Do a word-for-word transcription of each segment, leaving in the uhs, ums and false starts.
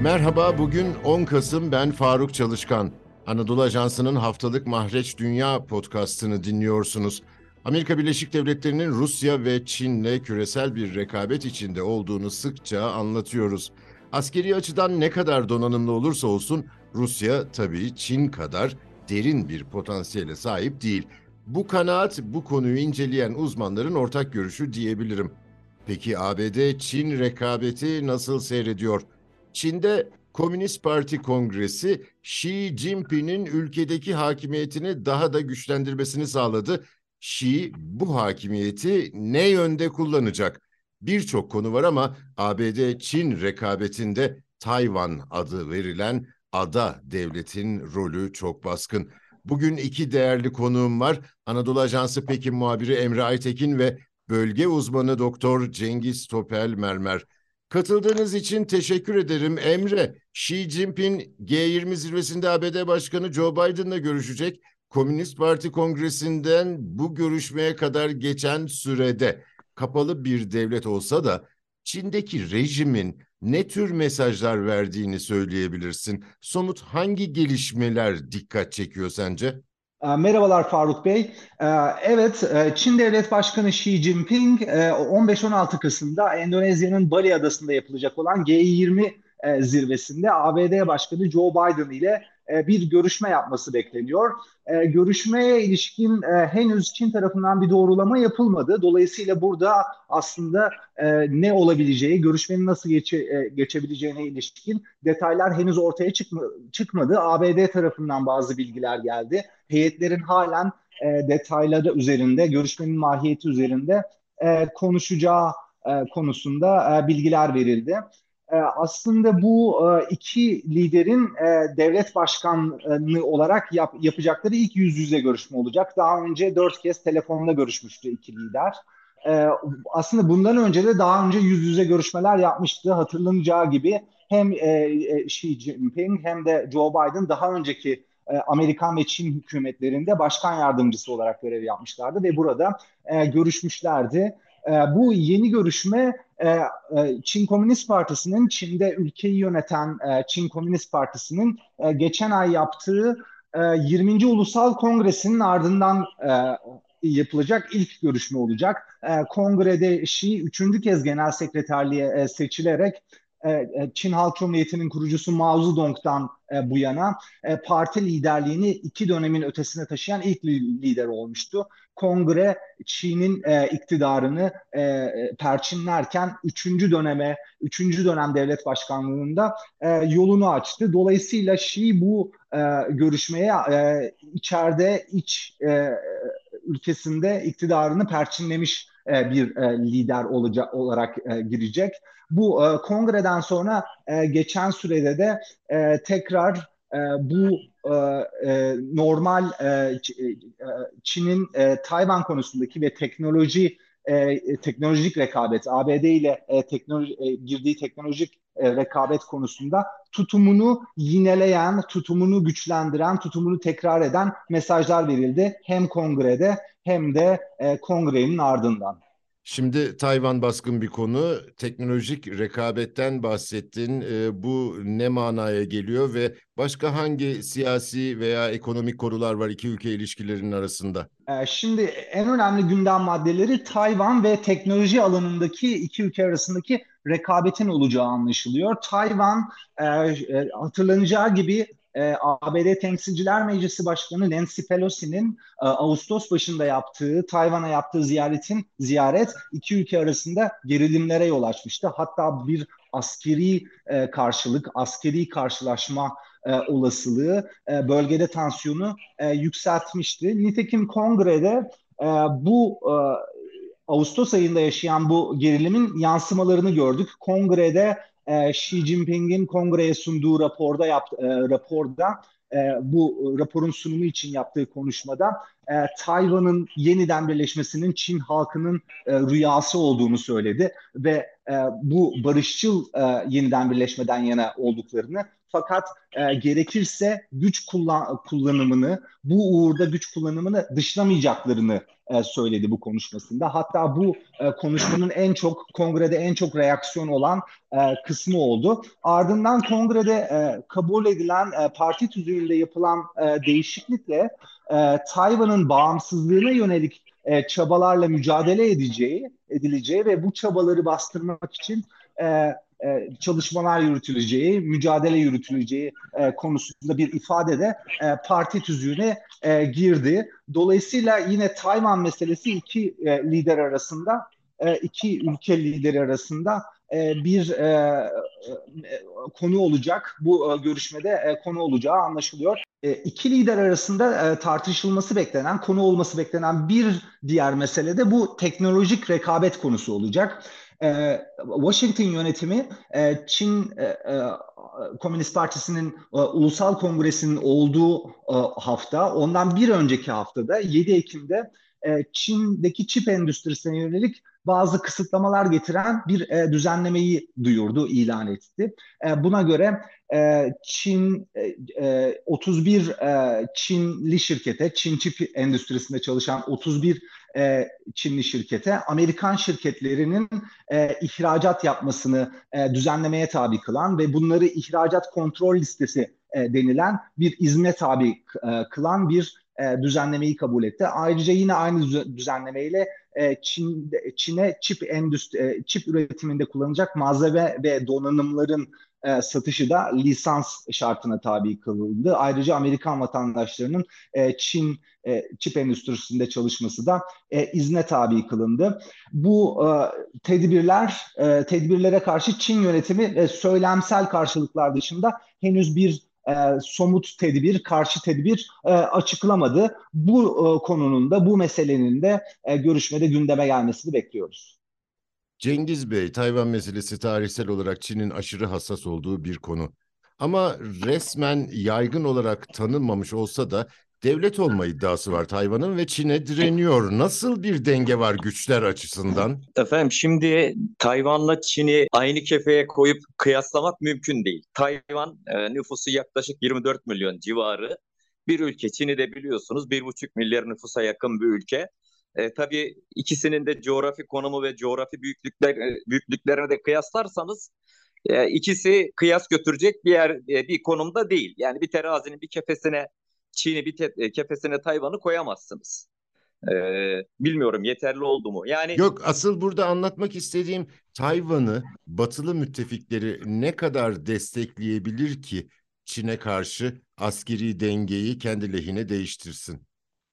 Merhaba, bugün on Kasım, ben Faruk Çalışkan. Anadolu Ajansı'nın haftalık Mahreç Dünya podcastını dinliyorsunuz. Amerika Birleşik Devletleri'nin Rusya ve Çin'le küresel bir rekabet içinde olduğunu sıkça anlatıyoruz. Askeri açıdan ne kadar donanımlı olursa olsun Rusya tabii Çin kadar derin bir potansiyele sahip değil. Bu kanaat, bu konuyu inceleyen uzmanların ortak görüşü diyebilirim. Peki A B D-Çin rekabeti nasıl seyrediyor? Çin'de Komünist Parti Kongresi, Xi Jinping'in ülkedeki hakimiyetini daha da güçlendirmesini sağladı. Xi bu hakimiyeti ne yönde kullanacak? Birçok konu var ama A B D-Çin rekabetinde Tayvan adı verilen ada devletin rolü çok baskın. Bugün iki değerli konuğum var. Anadolu Ajansı Pekin muhabiri Emre Aytekin ve bölge uzmanı Doktor Cengiz Topel Mermer. Katıldığınız için teşekkür ederim. Emre, Xi Jinping G yirmi zirvesinde A B D Başkanı Joe Biden'la görüşecek. Komünist Parti Kongresi'nden bu görüşmeye kadar geçen sürede kapalı bir devlet olsa da Çin'deki rejimin ne tür mesajlar verdiğini söyleyebilirsin. Somut hangi gelişmeler dikkat çekiyor sence? E, Merhabalar Faruk Bey. E, Evet, e, Çin Devlet Başkanı Xi Jinping e, on beş on altı Kasım'da Endonezya'nın Bali Adası'nda yapılacak olan G yirmi e, zirvesinde A B D Başkanı Joe Biden ile e, bir görüşme yapması bekleniyor. E, Görüşmeye ilişkin e, henüz Çin tarafından bir doğrulama yapılmadı. Dolayısıyla burada aslında e, ne olabileceği, görüşmenin nasıl geçe, e, geçebileceğine ilişkin detaylar henüz ortaya çıkma, çıkmadı. A B D tarafından bazı bilgiler geldi. Heyetlerin halen e, detayları üzerinde, görüşmenin mahiyeti üzerinde e, konuşacağı e, konusunda e, bilgiler verildi. E, aslında bu e, iki liderin e, devlet başkanlığı olarak yap, yapacakları ilk yüz yüze görüşme olacak. Daha önce dört kez telefonla görüşmüştü iki lider. E, Aslında bundan önce de daha önce yüz yüze görüşmeler yapmıştı. Hatırlanacağı gibi hem e, e, Xi Jinping hem de Joe Biden daha önceki e, Amerikan ve Çin hükümetlerinde başkan yardımcısı olarak görev yapmışlardı ve burada e, görüşmüşlerdi. E, bu yeni görüşme e, e, Çin Komünist Partisi'nin, Çin'de ülkeyi yöneten e, Çin Komünist Partisi'nin e, geçen ay yaptığı e, yirminci. Ulusal Kongresi'nin ardından e, yapılacak ilk görüşme olacak. E, kongrede Xi üçüncü kez genel sekreterliğe e, seçilerek e, e, Çin Halk Cumhuriyeti'nin kurucusu Mao Zedong'dan e, bu yana e, parti liderliğini iki dönemin ötesine taşıyan ilk lider olmuştu. Kongre Çin'in e, iktidarını e, perçinlerken üçüncü döneme, üçüncü dönem devlet başkanlığında e, yolunu açtı. Dolayısıyla Xi bu e, görüşmeye e, içeride, iç e, ülkesinde iktidarını perçinlemiş e, bir e, lider olacak olarak e, girecek. Bu e, kongreden sonra e, geçen sürede de e, tekrar e, bu e, e, normal e, e, Çin'in e, Tayvan konusundaki ve teknoloji e, teknolojik rekabet, A B D ile e, teknoloji, e, girdiği teknolojik e, rekabet konusunda tutumunu yineleyen, tutumunu güçlendiren, tutumunu tekrar eden mesajlar verildi. Hem kongrede hem de e, kongrenin ardından. Şimdi Tayvan baskın bir konu. Teknolojik rekabetten bahsettin. Ee, bu ne manaya geliyor ve başka hangi siyasi veya ekonomik konular var iki ülke ilişkilerinin arasında? E, şimdi en önemli gündem maddeleri Tayvan ve teknoloji alanındaki iki ülke arasındaki rekabetin olacağı anlaşılıyor. Tayvan e, e, hatırlanacağı gibi e, A B D Temsilciler Meclisi Başkanı Nancy Pelosi'nin e, Ağustos başında yaptığı Tayvan'a yaptığı ziyaretin ziyaret iki ülke arasında gerilimlere yol açmıştı. Hatta bir askeri e, karşılık, askeri karşılaşma e, olasılığı e, bölgede tansiyonu e, yükseltmişti. Nitekim kongrede e, bu e, Ağustos ayında yaşayan bu gerilimin yansımalarını gördük. Kongrede e, Xi Jinping'in kongreye sunduğu raporda yaptı, e, raporda e, bu raporun sunumu için yaptığı konuşmada e, Tayvan'ın yeniden birleşmesinin Çin halkının e, rüyası olduğunu söyledi ve e, bu barışçıl e, yeniden birleşmeden yana olduklarını fakat e, gerekirse güç kullan kullanımını, bu uğurda güç kullanımını dışlamayacaklarını e, söyledi bu konuşmasında. Hatta bu e, konuşmanın en çok kongrede en çok reaksiyon olan e, kısmı oldu. Ardından kongrede e, kabul edilen e, parti tüzüğünde yapılan e, değişiklikle e, Tayvan'ın bağımsızlığına yönelik e, çabalarla mücadele edeceği, edileceği ve bu çabaları bastırmak için e, e, çalışmalar yürütüleceği, mücadele yürütüleceği e, konusunda bir ifade de e, parti tüzüğüne e, girdi. Dolayısıyla yine Tayvan meselesi iki e, lider arasında, e, iki ülke lideri arasında e, bir e, e, konu olacak. Bu e, görüşmede e, konu olacağı anlaşılıyor. E, iki lider arasında e, tartışılması beklenen, konu olması beklenen bir diğer mesele de bu teknolojik rekabet konusu olacak. E, Washington yönetimi e, Çin e, e, Komünist Partisi'nin e, Ulusal Kongresi'nin olduğu e, hafta, ondan bir önceki haftada yedi Ekim'de e, Çin'deki çip endüstrisine yönelik bazı kısıtlamalar getiren bir e, düzenlemeyi duyurdu, ilan etti. E, buna göre e, Çin e, otuz bir e, Çinli şirkete, Çin çip endüstrisinde çalışan otuz bir e, Çinli şirkete Amerikan şirketlerinin e, ihracat yapmasını e, düzenlemeye tabi kılan ve bunları ihracat kontrol listesi e, denilen bir izne tabi e, kılan bir e, düzenlemeyi kabul etti. Ayrıca yine aynı düzenlemeyle e, Çin, Çin'e çip endüstri, e, çip üretiminde kullanılacak malzeme ve donanımların e, satışı da lisans şartına tabi kılındı. Ayrıca Amerikan vatandaşlarının e, Çin e, çip endüstrisinde çalışması da e, izne tabi kılındı. Bu e, tedbirler, e, tedbirlere karşı Çin yönetimi e, söylemsel karşılıklar dışında henüz bir e, somut tedbir, karşı tedbir e, açıklamadı. Bu e, konunun da, bu meselenin de e, görüşmede gündeme gelmesini bekliyoruz. Cengiz Bey, Tayvan meselesi tarihsel olarak Çin'in aşırı hassas olduğu bir konu. Ama resmen yaygın olarak tanınmamış olsa da devlet olma iddiası var Tayvan'ın ve Çin'e direniyor. Nasıl bir denge var güçler açısından? Efendim şimdi Tayvan'la Çin'i aynı kefeye koyup kıyaslamak mümkün değil. Tayvan e, nüfusu yaklaşık yirmi dört milyon civarı bir ülke. Çin'i de biliyorsunuz bir buçuk milyar nüfusa yakın bir ülke. E, tabii ikisinin de coğrafi konumu ve coğrafi büyüklükler, e, büyüklüklerini de kıyaslarsanız e, ikisi kıyas götürecek bir yer e, bir konumda değil. Yani bir terazinin bir kefesine Çin'i bir te- e, kefesine Tayvan'ı koyamazsınız. Ee, bilmiyorum yeterli oldu mu? Yani Yok, asıl burada anlatmak istediğim Tayvan'ı batılı müttefikleri ne kadar destekleyebilir ki Çin'e karşı askeri dengeyi kendi lehine değiştirsin?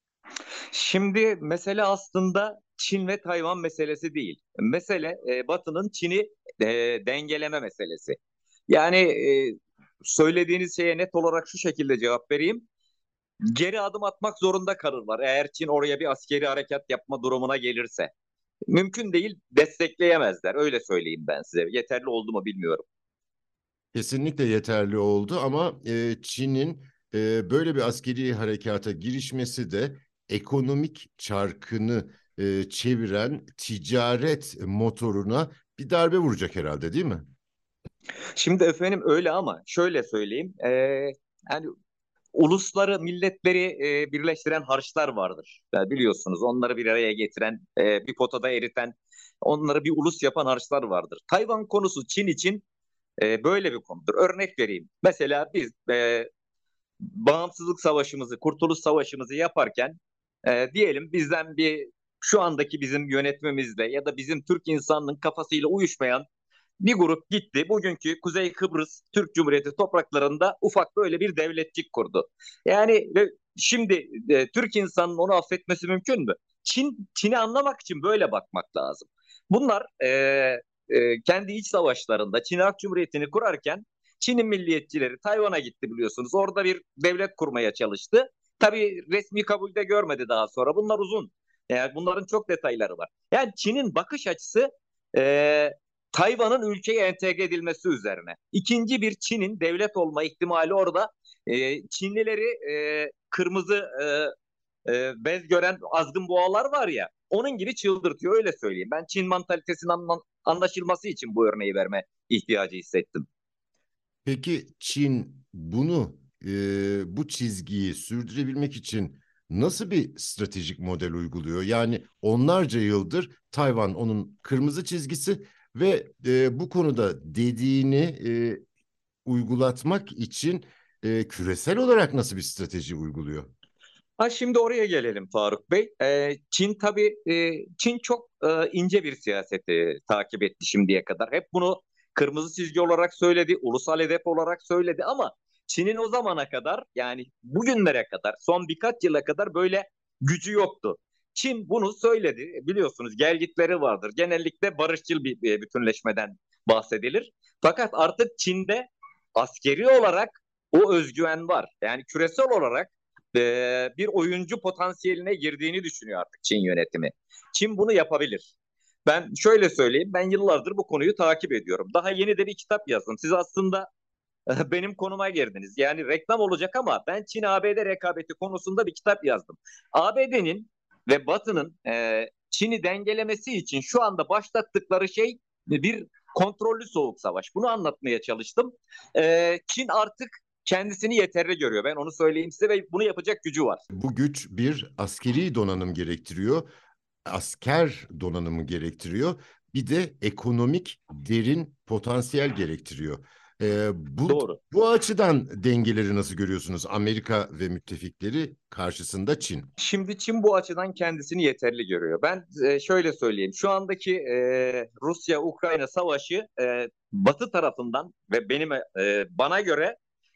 şimdi mesele aslında Çin ve Tayvan meselesi değil. Mesele e, Batı'nın Çin'i e, dengeleme meselesi. Yani e, söylediğiniz şeye net olarak şu şekilde cevap vereyim. Geri adım atmak zorunda kalırlar eğer Çin oraya bir askeri harekat yapma durumuna gelirse. Mümkün değil, destekleyemezler. Öyle söyleyeyim ben size. Yeterli oldu mu bilmiyorum. Kesinlikle yeterli oldu ama e, Çin'in e, böyle bir askeri harekata girişmesi de ekonomik çarkını e, çeviren ticaret motoruna bir darbe vuracak herhalde, değil mi? Şimdi efendim öyle ama şöyle söyleyeyim. Ee, yani ulusları, milletleri e, birleştiren harçlar vardır. Yani biliyorsunuz onları bir araya getiren, e, bir potada eriten, onları bir ulus yapan harçlar vardır. Tayvan konusu Çin için e, böyle bir konudur. Örnek vereyim. Mesela biz e, bağımsızlık savaşımızı, kurtuluş savaşımızı yaparken e, diyelim bizden bir şu andaki bizim yönetimimizle ya da bizim Türk insanının kafasıyla uyuşmayan bir grup gitti. Bugünkü Kuzey Kıbrıs Türk Cumhuriyeti topraklarında ufak böyle bir devletçik kurdu. Yani ve şimdi e, Türk insanının onu affetmesi mümkün mü? Çin Çin'i anlamak için böyle bakmak lazım. Bunlar e, e, kendi iç savaşlarında Çin Halk Cumhuriyeti'ni kurarken Çin'in milliyetçileri Tayvan'a gitti biliyorsunuz. Orada bir devlet kurmaya çalıştı. Tabii resmi kabulde görmedi daha sonra. Bunlar uzun. Yani bunların çok detayları var. Yani Çin'in bakış açısı e, Tayvan'ın ülkeye entegre edilmesi üzerine. İkinci bir Çin'in devlet olma ihtimali orada. E, Çinlileri e, kırmızı e, e, bez gören azgın boğalar var ya, onun gibi çıldırtıyor öyle söyleyeyim. Ben Çin mantalitesinin anla- anlaşılması için bu örneği verme ihtiyacı hissettim. Peki Çin bunu e, bu çizgiyi sürdürebilmek için nasıl bir stratejik model uyguluyor? Yani onlarca yıldır Tayvan onun kırmızı çizgisi ve e, bu konuda dediğini e, uygulatmak için e, küresel olarak nasıl bir strateji uyguluyor? Ha şimdi oraya gelelim Faruk Bey. Ee, Çin tabii e, Çin çok e, ince bir siyaseti takip etti şimdiye kadar. Hep bunu kırmızı çizgi olarak söyledi, ulusal hedef olarak söyledi ama Çin'in o zamana kadar yani bugünlere kadar son birkaç yıla kadar böyle gücü yoktu. Çin bunu söyledi. Biliyorsunuz gelgitleri vardır. Genellikle barışçıl bir, bir bütünleşmeden bahsedilir. Fakat artık Çin'de askeri olarak o özgüven var. Yani küresel olarak e, bir oyuncu potansiyeline girdiğini düşünüyor artık Çin yönetimi. Çin bunu yapabilir. Ben şöyle söyleyeyim, ben yıllardır bu konuyu takip ediyorum. Daha yeni de bir kitap yazdım. Siz aslında e, benim konuma girdiniz. Yani reklam olacak ama ben Çin-A B D rekabeti konusunda bir kitap yazdım. A B D'nin ve Batı'nın e, Çin'i dengelemesi için şu anda başlattıkları şey bir kontrollü soğuk savaş. Bunu anlatmaya çalıştım. E, Çin artık kendisini yeterli görüyor. Ben onu söyleyeyim size ve bunu yapacak gücü var. Bu güç bir askeri donanım gerektiriyor, asker donanımı gerektiriyor, bir de ekonomik derin potansiyel gerektiriyor. Ee, bu Doğru. bu açıdan dengeleri nasıl görüyorsunuz? Amerika ve müttefikleri karşısında Çin. Şimdi Çin bu açıdan kendisini yeterli görüyor. Ben e, şöyle söyleyeyim. Şu andaki e, Rusya-Ukrayna savaşı e, Batı tarafından ve benim e, bana göre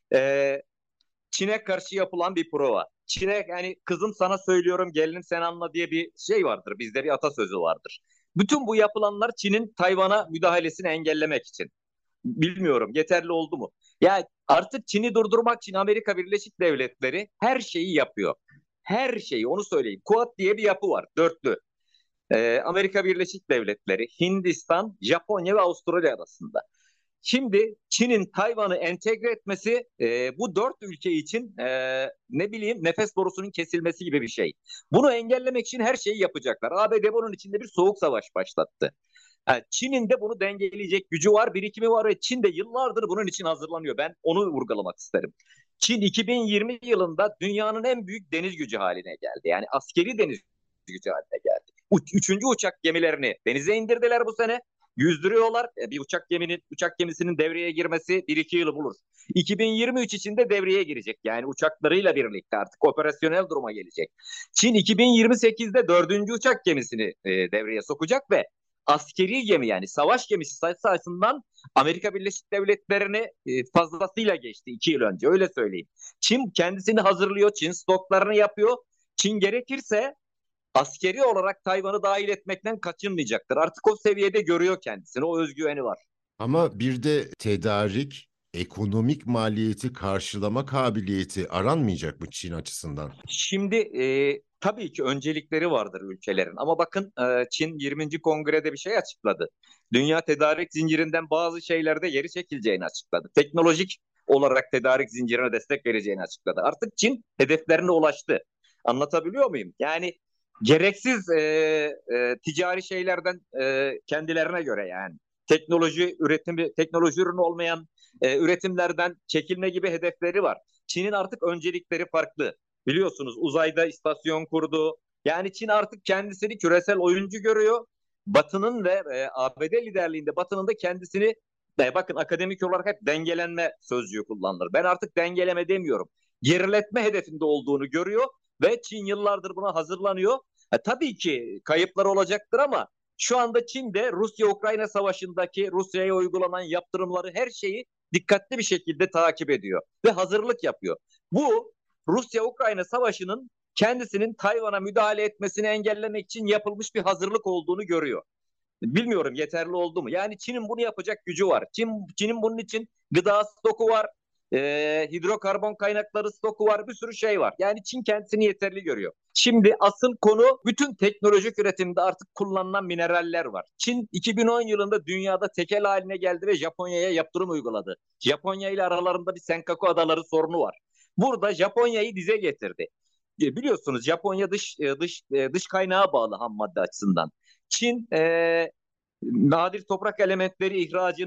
e, Çin'e karşı yapılan bir prova. Çin'e yani kızım sana söylüyorum gelinim sen anla diye bir şey vardır. Bizde bir atasözü vardır. Bütün bu yapılanlar Çin'in Tayvan'a müdahalesini engellemek için. Bilmiyorum yeterli oldu mu? Ya artık Çin'i durdurmak için Amerika Birleşik Devletleri her şeyi yapıyor. Her şeyi onu söyleyeyim. Quad diye bir yapı var. Dörtlü. Ee, Amerika Birleşik Devletleri, Hindistan, Japonya ve Avustralya arasında. Şimdi Çin'in Tayvan'ı entegre etmesi e, bu dört ülke için e, ne bileyim nefes borusunun kesilmesi gibi bir şey. Bunu engellemek için her şeyi yapacaklar. A B D bunun içinde bir soğuk savaş başlattı. Yani Çin'in de bunu dengeleyecek gücü var, birikimi var ve Çin de yıllardır bunun için hazırlanıyor. Ben onu vurgulamak isterim. Çin iki bin yirmi yılında dünyanın en büyük deniz gücü haline geldi. Yani askeri deniz gücü haline geldi. Üçüncü uçak gemilerini denize indirdiler bu sene. Yüzdürüyorlar. E, Bir uçak geminin uçak gemisinin devreye girmesi bir iki yılı bulur. iki bin yirmi üç içinde devreye girecek. Yani uçaklarıyla birlikte artık operasyonel duruma gelecek. Çin iki bin yirmi sekizde dördüncü uçak gemisini e, devreye sokacak ve askeri gemi yani savaş gemisi sayısı açısından Amerika Birleşik Devletleri'ni e, fazlasıyla geçti iki yıl önce öyle söyleyeyim. Çin kendisini hazırlıyor, Çin stoklarını yapıyor. Çin gerekirse askeri olarak Tayvan'ı dahil etmekten kaçınmayacaktır. Artık o seviyede görüyor kendisini, o özgüveni var. Ama bir de tedarik, ekonomik maliyeti karşılama kabiliyeti aranmayacak mı Çin açısından? Şimdi e, tabii ki öncelikleri vardır ülkelerin ama bakın e, Çin yirminci Kongre'de bir şey açıkladı. Dünya tedarik zincirinden bazı şeylerde geri çekileceğini açıkladı. Teknolojik olarak tedarik zincirine destek vereceğini açıkladı. Artık Çin hedeflerine ulaştı. Anlatabiliyor muyum? Yani gereksiz e, e, ticari şeylerden e, kendilerine göre yani teknoloji üretimi, teknoloji ürünü olmayan e, üretimlerden çekilme gibi hedefleri var. Çin'in artık öncelikleri farklı. Biliyorsunuz uzayda istasyon kurdu. Yani Çin artık kendisini küresel oyuncu görüyor. Batı'nın ve e, A B D liderliğinde Batı'nın da kendisini e, bakın akademik olarak hep dengelenme sözcüğü kullanılır. Ben artık dengeleme demiyorum. Geriletme hedefinde olduğunu görüyor ve Çin yıllardır buna hazırlanıyor. E, tabii ki kayıplar olacaktır ama şu anda Çin'de Rusya-Ukrayna savaşındaki Rusya'ya uygulanan yaptırımları her şeyi dikkatli bir şekilde takip ediyor ve hazırlık yapıyor. Bu Rusya-Ukrayna savaşının kendisinin Tayvan'a müdahale etmesini engellemek için yapılmış bir hazırlık olduğunu görüyor. Bilmiyorum yeterli oldu mu? Yani Çin'in bunu yapacak gücü var. Çin, Çin'in bunun için gıda stoku var, e, hidrokarbon kaynakları stoku var, bir sürü şey var. Yani Çin kendisini yeterli görüyor. Şimdi asıl konu bütün teknolojik üretimde artık kullanılan mineraller var. Çin iki bin on yılında dünyada tekel haline geldi ve Japonya'ya yaptırım uyguladı. Japonya ile aralarında bir Senkaku adaları sorunu var. Burada Japonya'yı dize getirdi. Biliyorsunuz Japonya dış dış dış kaynağa bağlı ham madde açısından. Çin e, nadir toprak elementleri ihracını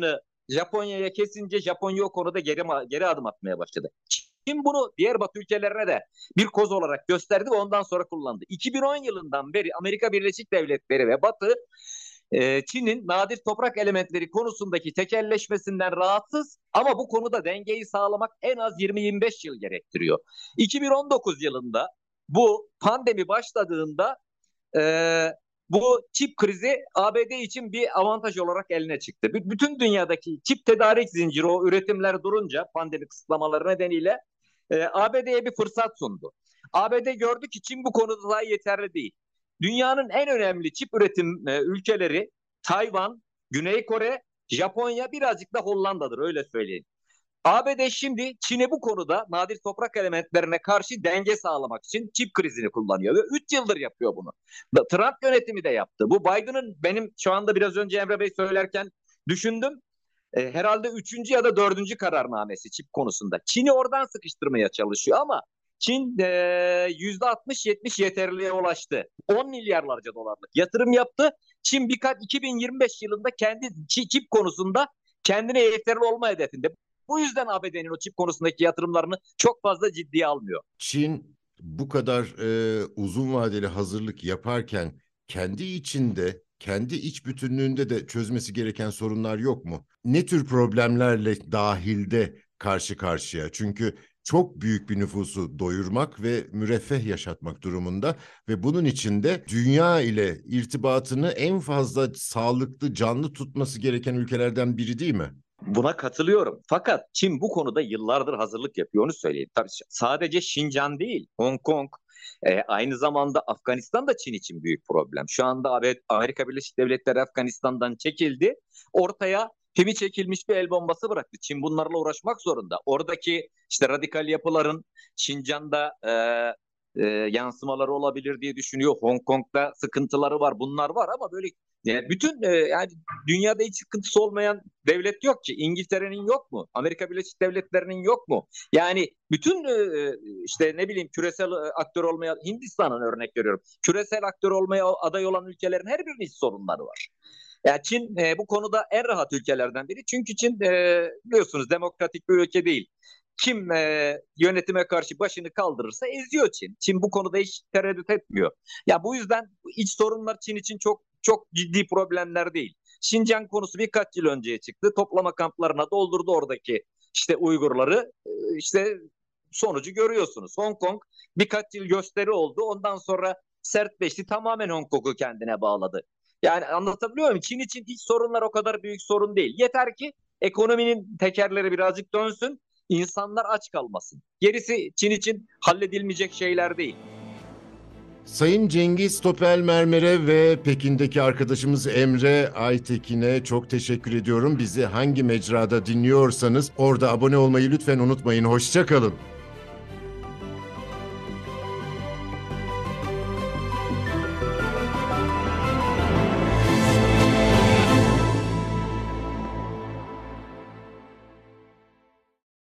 Japonya'ya kesince Japonya o konuda geri, geri adım atmaya başladı. Çin bunu diğer Batı ülkelerine de bir koz olarak gösterdi ve ondan sonra kullandı. iki bin on yılından beri Amerika Birleşik Devletleri ve Batı Çin'in nadir toprak elementleri konusundaki tekelleşmesinden rahatsız ama bu konuda dengeyi sağlamak en az yirmi yirmi beş yıl gerektiriyor. iki bin on dokuz yılında bu pandemi başladığında e, bu çip krizi A B D için bir avantaj olarak eline çıktı. B- bütün dünyadaki çip tedarik zinciri o üretimler durunca pandemi kısıtlamaları nedeniyle e, A B D'ye bir fırsat sundu. A B D gördü ki Çin bu konuda daha yeterli değil. Dünyanın en önemli çip üretim e, ülkeleri Tayvan, Güney Kore, Japonya, birazcık da Hollanda'dır, öyle söyleyeyim. A B D şimdi Çin'e bu konuda nadir toprak elementlerine karşı denge sağlamak için çip krizini kullanıyor ve üç yıldır yapıyor bunu. Trump yönetimi de yaptı. Bu Biden'ın, benim şu anda biraz önce Emre Bey söylerken düşündüm. E, herhalde üçüncü ya da dördüncü kararnamesi çip konusunda. Çin'i oradan sıkıştırmaya çalışıyor ama Çin yüzde altmış yetmiş yeterliliğe ulaştı. on milyarlarca dolarlık yatırım yaptı. Çin birkaç iki bin yirmi beş yılında kendi çip konusunda kendine yeterli olma hedefinde. Bu yüzden A B D'nin o çip konusundaki yatırımlarını çok fazla ciddiye almıyor. Çin bu kadar e, uzun vadeli hazırlık yaparken kendi içinde, kendi iç bütünlüğünde de çözmesi gereken sorunlar yok mu? Ne tür problemlerle dahilde karşı karşıya? Çünkü çok büyük bir nüfusu doyurmak ve müreffeh yaşatmak durumunda ve bunun için de dünya ile irtibatını en fazla sağlıklı, canlı tutması gereken ülkelerden biri değil mi? Buna katılıyorum. Fakat Çin bu konuda yıllardır hazırlık yapıyor, onu söyleyeyim. Tabii sadece Şincan değil, Hong Kong, e, aynı zamanda Afganistan da Çin için büyük problem. Şu anda Amerika Birleşik Devletleri Afganistan'dan çekildi. Ortaya pimi çekilmiş bir el bombası bıraktı. Çin bunlarla uğraşmak zorunda. Oradaki işte radikal yapıların Şincan'da e, e, yansımaları olabilir diye düşünüyor. Hong Kong'da sıkıntıları var, bunlar var ama böyle yani bütün e, yani dünyada hiç sıkıntısı olmayan devlet yok ki. İngiltere'nin yok mu? Amerika Birleşik Devletleri'nin yok mu? Yani bütün e, işte ne bileyim küresel aktör olmaya, Hindistan'ın örnek veriyorum. Küresel aktör olmaya aday olan ülkelerin her birinin sorunları var. Yani Çin e, bu konuda en rahat ülkelerden biri. Çünkü Çin e, biliyorsunuz demokratik bir ülke değil. Kim e, yönetime karşı başını kaldırırsa eziyor Çin. Çin bu konuda hiç tereddüt etmiyor. Ya bu yüzden iç sorunlar Çin için çok çok ciddi problemler değil. Şincan konusu birkaç yıl önceye çıktı. Toplama kamplarına doldurdu oradaki işte Uygurları. E, işte sonucu görüyorsunuz. Hong Kong birkaç yıl gösteri oldu. Ondan sonra sertleşti. Tamamen Hong Kong'u kendine bağladı. Yani anlatabiliyor muyum? Çin için iç sorunlar o kadar büyük sorun değil. Yeter ki ekonominin tekerleri birazcık dönsün. İnsanlar aç kalmasın. Gerisi Çin için halledilmeyecek şeyler değil. Sayın Cengiz Topel Mermer'e ve Pekin'deki arkadaşımız Emre Aytekin'e çok teşekkür ediyorum. Bizi hangi mecrada dinliyorsanız orada abone olmayı lütfen unutmayın. Hoşça kalın.